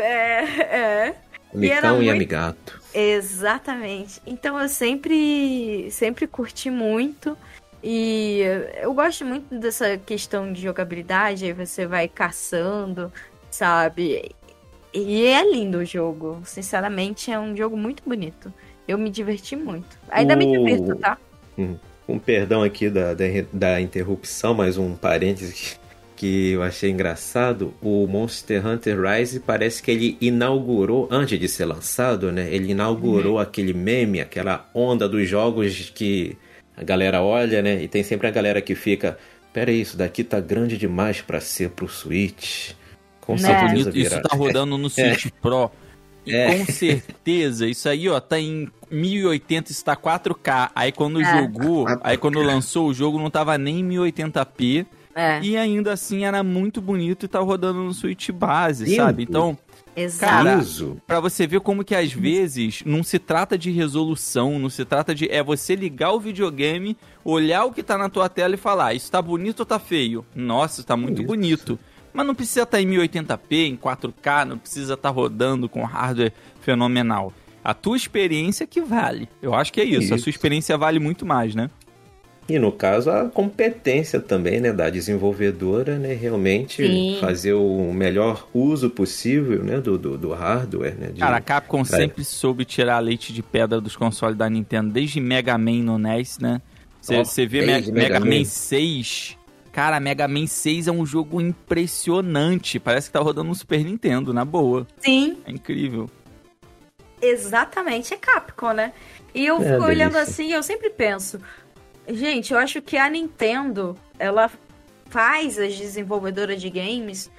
Amicão e amigato. Exatamente. Então, eu sempre curti muito. E eu gosto muito dessa questão de jogabilidade. Aí você vai caçando, sabe? E é lindo o jogo. Sinceramente, é um jogo muito bonito. Eu me diverti muito. Ainda me divirto, tá? Um perdão aqui da interrupção, mas um parêntese que eu achei engraçado. O Monster Hunter Rise parece que ele inaugurou, antes de ser lançado, né? Ele inaugurou aquele meme, aquela onda dos jogos que a galera olha, né? E tem sempre a galera que fica... Pera aí, isso daqui tá grande demais pra ser pro Switch. Com certeza virá. Isso tá rodando no Switch Pro. E com certeza, isso aí, ó, tá em 1080, está 4K. Aí quando quando lançou o jogo, não tava nem em 1080p. E ainda assim era muito bonito e tá rodando no Switch base, sabe? Então, cara, pra você ver como que às vezes não se trata de resolução, não se trata de... É você ligar o videogame, olhar o que tá na tua tela e falar, isso tá bonito ou tá feio? Nossa, tá muito bonito. Mas não precisa estar em 1080p, em 4K, não precisa estar rodando com hardware fenomenal. A tua experiência que vale. Eu acho que é isso. A sua experiência vale muito mais, né? E no caso, a competência também, né, da desenvolvedora, né, realmente fazer o melhor uso possível, né, do hardware, né. Cara, a Capcom sempre soube tirar leite de pedra dos consoles da Nintendo, desde Mega Man no NES, né. Você vê Mega Man 6... Cara, Mega Man 6 é um jogo impressionante. Parece que tá rodando um Super Nintendo, na boa. Sim. É incrível. Exatamente, é Capcom, né? E eu fico olhando assim, eu sempre penso... Gente, eu acho que a Nintendo, ela faz as desenvolvedoras de games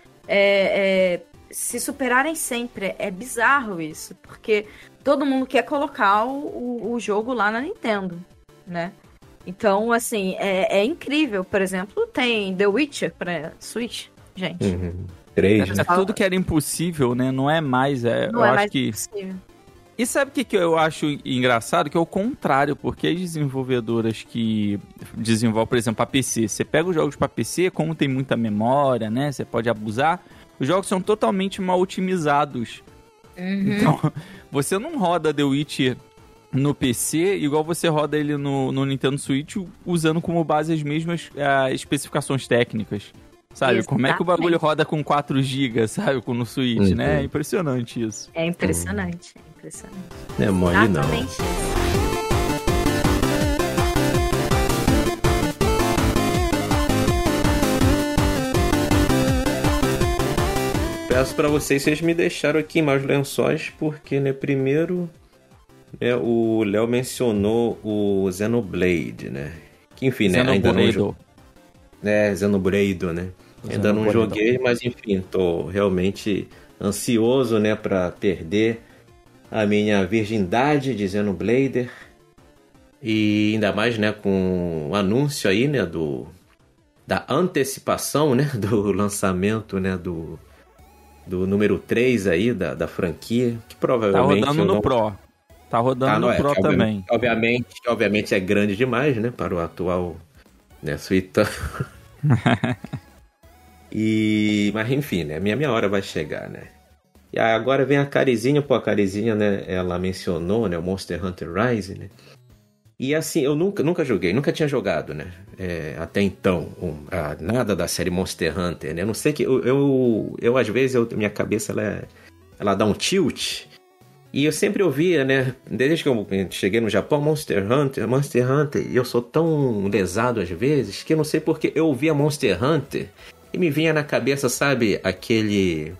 se superarem sempre. É bizarro isso, porque todo mundo quer colocar o jogo lá na Nintendo, né? Então, assim, é incrível. Por exemplo, tem The Witcher pra Switch, gente. 3, né? Tudo que era impossível, né? Não é mais. Não é mais possível. E sabe o que eu acho engraçado? Que é o contrário, porque as desenvolvedoras que desenvolvem, por exemplo, para PC, você pega os jogos para PC, como tem muita memória, né? Você pode abusar, os jogos são totalmente mal otimizados. Então, você não roda The Witcher no PC igual você roda ele no Nintendo Switch usando como base as mesmas especificações técnicas. Sabe? Exatamente. Como é que o bagulho roda com 4 GB, sabe? No Switch, né? É impressionante isso. É impressionante, Não é mole, não. Exatamente isso. Peço pra vocês me deixaram aqui em mais lençóis, porque, né, primeiro, né, o Léo mencionou o Xenoblade, né? Que, enfim, né, ainda não... Xenoblade, né? Ainda não joguei, mas enfim, tô realmente ansioso, né, pra perder a minha virgindade de Xenoblade. E ainda mais, né, com o anúncio aí, né, da antecipação, né, do lançamento, né, do número 3 aí, da franquia, que provavelmente... Tá rodando no Pro. Tá rodando no Pro também. Obviamente é grande demais, né, para o atual, né, Switch. Mas enfim, né, minha hora vai chegar, né. E agora vem a Carizinha, pô, a Carizinha, né, ela mencionou, né, o Monster Hunter Rise, né? E assim, eu nunca joguei, nunca tinha jogado, né? Até então, nada da série Monster Hunter, né? Eu não sei que eu às vezes, minha cabeça, ela dá um tilt. E eu sempre ouvia, né? Desde que eu cheguei no Japão, Monster Hunter. E eu sou tão lesado às vezes que eu não sei porque eu ouvia Monster Hunter e me vinha na cabeça, sabe, aquele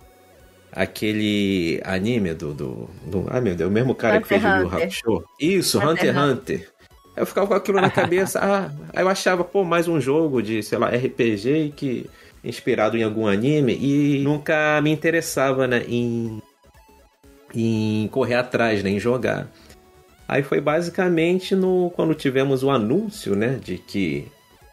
anime do ai meu Deus, o mesmo cara Hunter que fez o Yu Yu Hakusho. Isso, Hunter x Hunter. Eu ficava com aquilo na cabeça. Aí eu achava, pô, mais um jogo de, sei lá, RPG que inspirado em algum anime, e nunca me interessava, né, em correr atrás, né, em jogar. Aí foi basicamente quando tivemos o anúncio, né, de que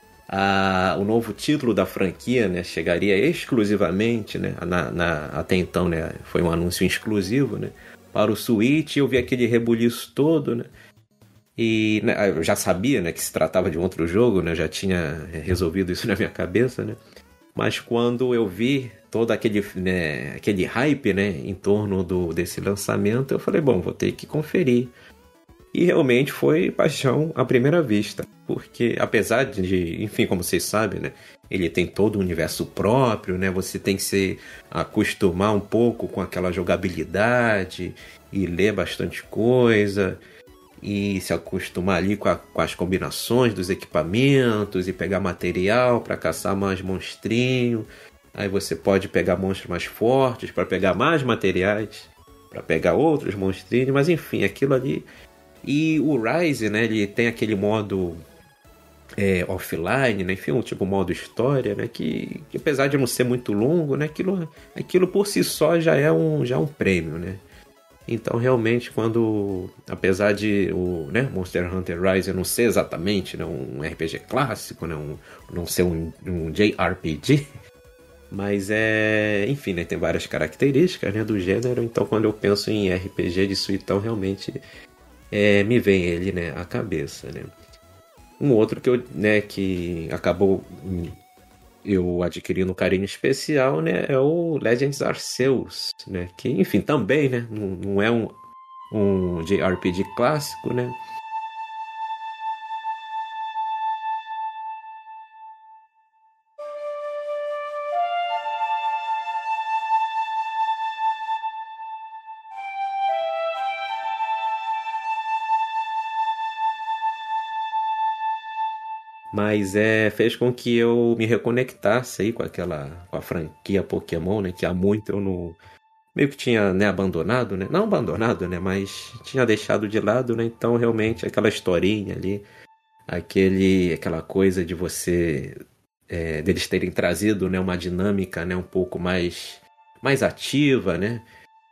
o novo título da franquia, né, chegaria exclusivamente, né, até então, né, foi um anúncio exclusivo, né, para o Switch. Eu vi aquele rebuliço todo, né, e né, eu já sabia, né, que se tratava de um outro jogo, né, eu já tinha resolvido isso na minha cabeça, né, mas quando eu vi todo aquele hype, né, em torno desse lançamento, eu falei, bom, vou ter que conferir. E realmente foi paixão à primeira vista, porque apesar de, enfim, como vocês sabem, né, ele tem todo um universo próprio, né, você tem que se acostumar um pouco com aquela jogabilidade e ler bastante coisa e se acostumar ali com as combinações dos equipamentos e pegar material para caçar mais monstrinho. Aí você pode pegar monstros mais fortes para pegar mais materiais, para pegar outros monstrinhos, mas enfim, aquilo ali. E o Rise, né, ele tem aquele modo offline, né, enfim, um tipo modo história, né, que apesar de não ser muito longo, né, aquilo por si só já é um prêmio, né. Então realmente apesar de o Monster Hunter Rise não ser exatamente, né, um RPG clássico, né, não ser um JRPG, mas enfim, né, tem várias características, né, do gênero. Então quando eu penso em RPG de Suitão, realmente me vem ele, né, à cabeça, né. Um outro que acabou eu adquirindo um carinho especial, né, é o Legends Arceus, né, que enfim também, né, não é um JRPG clássico, né. Mas fez com que eu me reconectasse aí com a franquia Pokémon, né? Que há muito eu não... meio que tinha, né, abandonado, né? Não abandonado, né? Mas tinha deixado de lado, né? Então, realmente, aquela historinha ali, aquela coisa de você... deles terem trazido, né, uma dinâmica, né, um pouco mais ativa, né?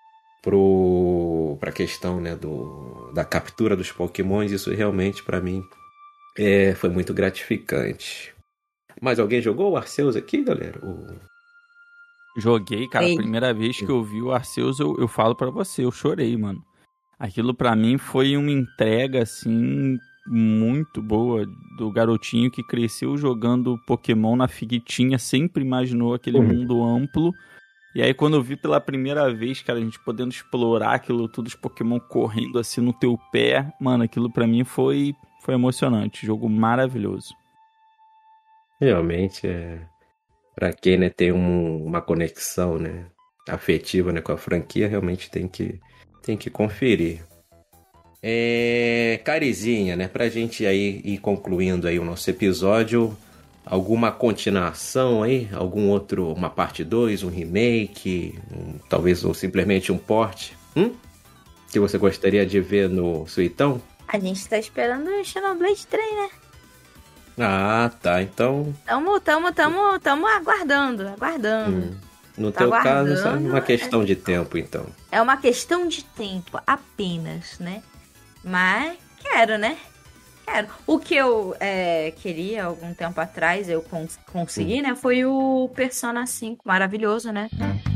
Pra questão, né, da captura dos Pokémons, isso realmente, pra mim... foi muito gratificante. Mas alguém jogou o Arceus aqui, galera? Joguei, cara. A primeira vez que eu vi o Arceus, eu falo pra você, eu chorei, mano. Aquilo pra mim foi uma entrega, assim, muito boa do garotinho que cresceu jogando Pokémon na Figuitinha, sempre imaginou aquele mundo amplo. E aí quando eu vi pela primeira vez, cara, a gente podendo explorar aquilo tudo, os Pokémon correndo assim no teu pé, mano, aquilo pra mim foi emocionante, jogo maravilhoso. Realmente, pra quem, né, tem uma conexão, né, afetiva, né, com a franquia, realmente tem que conferir. Carizinha, né, pra gente aí ir concluindo aí o nosso episódio, alguma continuação aí, uma parte 2, um remake, talvez simplesmente um port, que você gostaria de ver no Suitão? A gente tá esperando o Xenoblade 3, né? Ah, tá. Então... Tamo aguardando. No teu caso, é uma questão de tempo, então. É uma questão de tempo, apenas, né? Mas quero, né? Quero. O que eu queria algum tempo atrás, eu consegui, né? Foi o Persona 5, maravilhoso, né?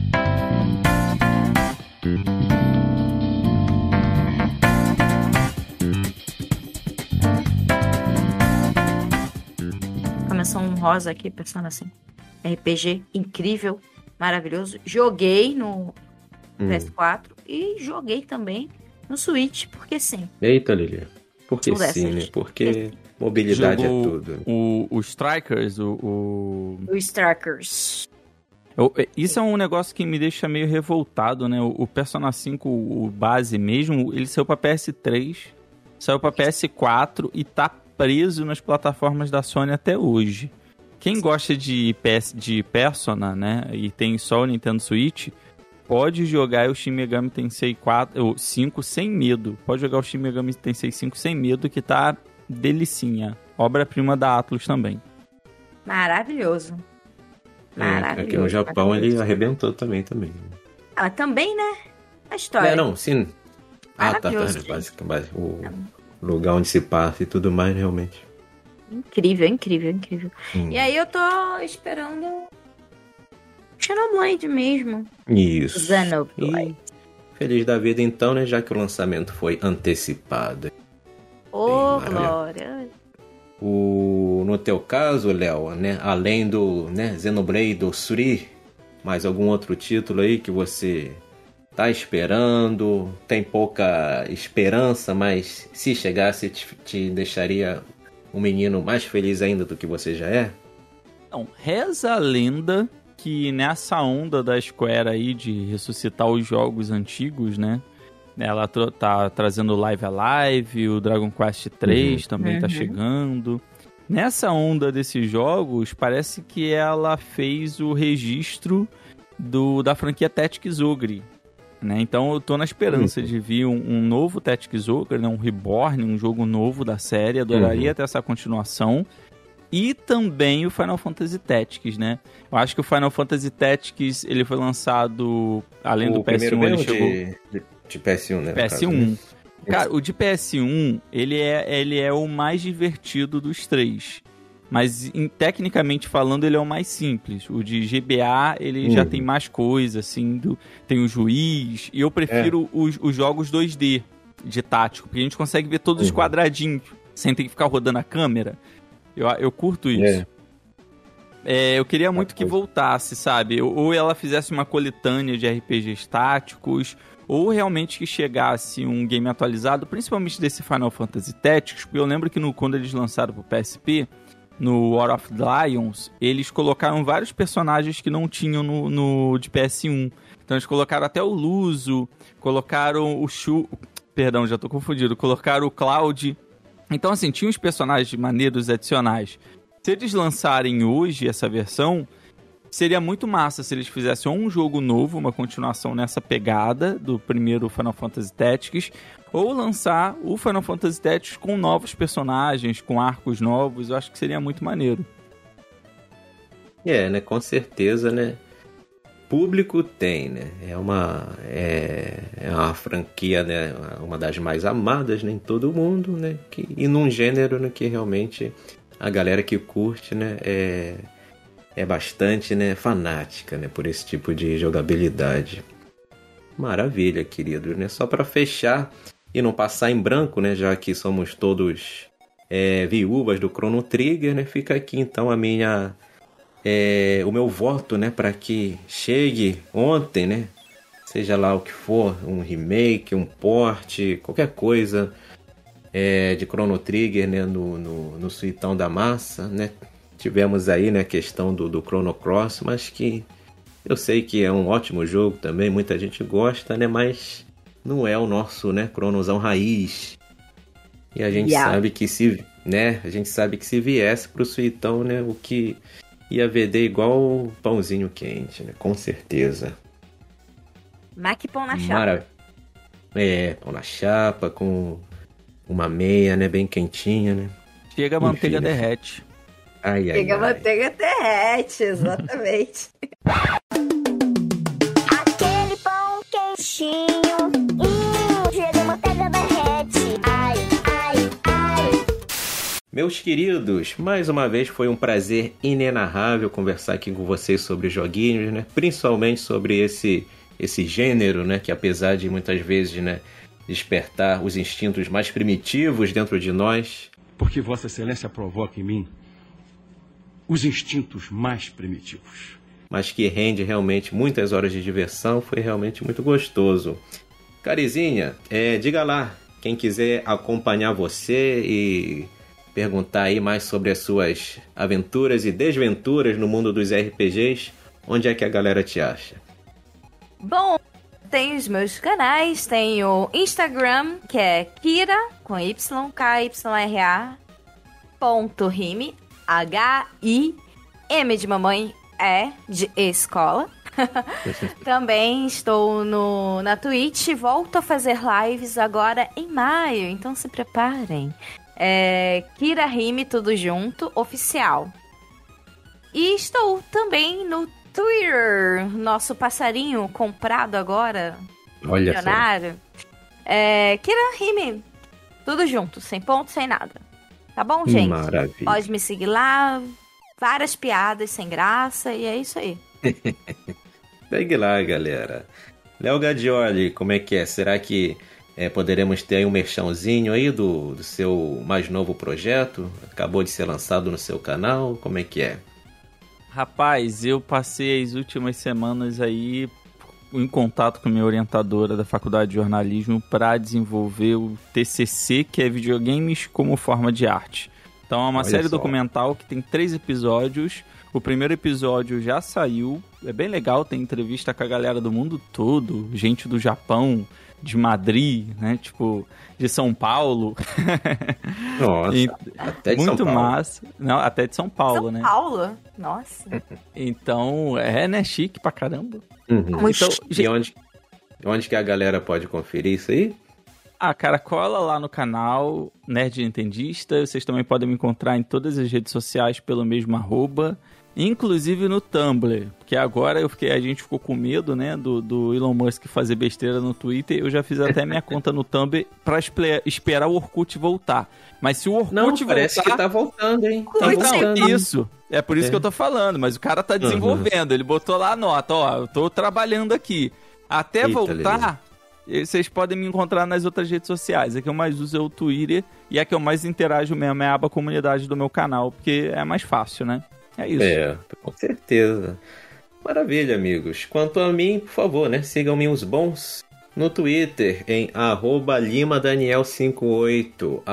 Menção honrosa aqui, Persona 5. RPG incrível, maravilhoso. Joguei no PS4 e joguei também no Switch, porque sim. Eita, Lili. Porque sim, né? Porque mobilidade jogou é tudo. O Strikers, O Strikers. Isso é um negócio que me deixa meio revoltado, né? O Persona 5, o base mesmo, ele saiu pra PS3, saiu pra PS4 e tá preso nas plataformas da Sony até hoje. Quem gosta de Persona, né, e tem só o Nintendo Switch, pode jogar o Shin Megami Tensei 5 sem medo. Pode jogar o Shin Megami Tensei 5 sem medo, que tá delicinha. Obra-prima da Atlus também. Maravilhoso. Maravilhoso. Aqui no Japão ele arrebentou também. Ah, também, né? A história. Não, sim. Tá. O lugar onde se passa e tudo mais, realmente. Incrível. E aí eu tô esperando Xenoblade mesmo. Isso. Xenoblade. Feliz da vida então, né? Já que o lançamento foi antecipado. Glória. No teu caso, Léo, né? Além do Xenoblade do Suri, mais algum outro título aí que você tá esperando? Tem pouca esperança, mas se chegasse te deixaria um menino mais feliz ainda do que você já é? Então, reza a lenda que nessa onda da Square aí de ressuscitar os jogos antigos, né? Ela tá trazendo Live Alive, o Dragon Quest 3 também tá chegando. Nessa onda desses jogos, parece que ela fez o registro da franquia Tactics Ogre, né? Então eu tô na esperança de vir um novo Tactics Ogre, né? Um Reborn, um jogo novo da série. Adoraria ter essa continuação. E também o Final Fantasy Tactics, né? Eu acho que o Final Fantasy Tactics, ele foi lançado, além do PS1, ele chegou... De PS1, né? PS1. Caso, né? Cara, o de PS1, ele é o mais divertido dos três. Mas, tecnicamente falando, ele é o mais simples. O de GBA, ele já tem mais coisa, assim, tem o juiz. E eu prefiro os jogos 2D de tático, porque a gente consegue ver todos os quadradinhos, sem ter que ficar rodando a câmera. Eu curto isso. Eu queria muito que voltasse, sabe? Ou ela fizesse uma coletânea de RPGs táticos, ou realmente que chegasse um game atualizado, principalmente desse Final Fantasy Tactics, porque eu lembro que quando eles lançaram pro PSP, no War of the Lions, eles colocaram vários personagens que não tinham no de PS1. Então eles colocaram até o Luso, colocaram o Shu... Perdão, já tô confundido. Colocaram o Cloud. Então, assim, tinha uns personagens maneiros adicionais. Se eles lançarem hoje essa versão, seria muito massa se eles fizessem um jogo novo, uma continuação nessa pegada do primeiro Final Fantasy Tactics, ou lançar o Final Fantasy Tactics com novos personagens, com arcos novos. Eu acho que seria muito maneiro. Né? Com certeza, né? Público tem, né? É uma franquia, né? Uma das mais amadas, né? Em todo mundo, né? E num gênero, né? Que realmente a galera que curte, né? É bastante, né? Fanática, né? Por esse tipo de jogabilidade. Maravilha, querido, né? Só para fechar e não passar em branco, né? Já que somos todos viúvas do Chrono Trigger, né? Fica aqui então o meu voto, né? Para que chegue ontem, né? Seja lá o que for, um remake, um port, qualquer coisa de Chrono Trigger, né? No suitão da massa, né? Tivemos aí, né, a questão do Chrono Cross, mas que eu sei que é um ótimo jogo também, muita gente gosta, né, mas não é o nosso, né, Chronozão raiz. E a gente sabe que se viesse pro suitão, né, o que ia vender igual pãozinho quente, né, com certeza. Mac pão na chapa. Pão na chapa, com uma meia, né, bem quentinha, né. Chega a manteiga derrete. Chega a manteiga derrete, exatamente. Aquele pão quentinho, chega a manteiga derrete. Ai. Meus queridos, mais uma vez foi um prazer inenarrável conversar aqui com vocês sobre joguinhos, né? Principalmente sobre esse gênero, né? Que apesar de muitas vezes, né, despertar os instintos mais primitivos dentro de nós. Porque Vossa Excelência provoca em mim os instintos mais primitivos. mas que rende realmente muitas horas de diversão. Foi realmente muito gostoso. Carizinha, diga lá, quem quiser acompanhar você e perguntar aí mais sobre as suas aventuras e desventuras no mundo dos RPGs, onde é que a galera te acha? Bom, tem os meus canais, tem o Instagram, que é Kira, com Y, KYRA, .rime, HIM de mamãe, de escola. Também estou na Twitch, volto a fazer lives agora em maio, então se preparem. Kira Rime, tudo junto, oficial. E estou também no Twitter, nosso passarinho comprado agora, olha milionário. Kira Rime, tudo junto, sem ponto, sem nada. Tá bom, gente? Maravilha. Pode me seguir lá, várias piadas sem graça, e é isso aí. Segue lá, galera. Léo Gadioli, como é que é? Será que poderemos ter aí um merchanzinho aí do seu mais novo projeto? Acabou de ser lançado no seu canal, como é que é? Rapaz, eu passei as últimas semanas aí em contato com a minha orientadora da Faculdade de Jornalismo para desenvolver o TCC, que é Videogames como Forma de Arte. Então é uma série documental que tem 3 episódios. O primeiro episódio já saiu, é bem legal, tem entrevista com a galera do mundo todo, gente do Japão, de Madrid, né, tipo, de São Paulo. Nossa, até de muito São Paulo. massa. Não, até de São Paulo, né? São Paulo? Nossa. Então, né, chique pra caramba. Uhum. Então, e onde que a galera pode conferir isso aí? Cara, cola lá no canal Nerd Nintendista. Vocês também podem me encontrar em todas as redes sociais pelo mesmo @, inclusive no Tumblr, porque agora a gente ficou com medo, né, do Elon Musk fazer besteira no Twitter. Eu já fiz até minha conta no Tumblr pra esperar o Orkut voltar. Mas se o Orkut voltar... parece que tá voltando, hein? Tá voltando. Isso. É por isso que eu tô falando, mas o cara tá desenvolvendo. Ele botou lá a nota, eu tô trabalhando aqui. Até voltar... Vocês podem me encontrar nas outras redes sociais. A que eu mais uso é o Twitter, e a que eu mais interajo mesmo é a aba comunidade do meu canal, porque é mais fácil, né? É isso. Com certeza. Maravilha, amigos. Quanto a mim, por favor, né? Sigam-me os bons no Twitter em @limadaniel58,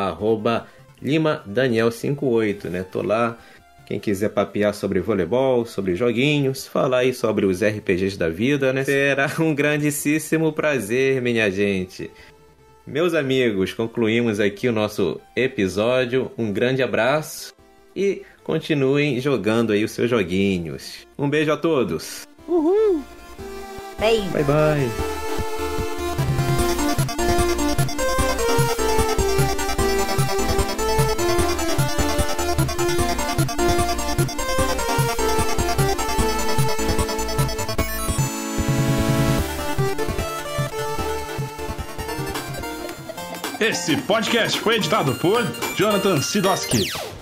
@limadaniel58, né? Tô lá. Quem quiser papear sobre voleibol, sobre joguinhos, falar aí sobre os RPGs da vida, né? Será um grandíssimo prazer, minha gente. Meus amigos, concluímos aqui o nosso episódio. Um grande abraço e continuem jogando aí os seus joguinhos. Um beijo a todos. Uhul! Beijo! Bye, bye! Esse podcast foi editado por Jonathan Sidoski.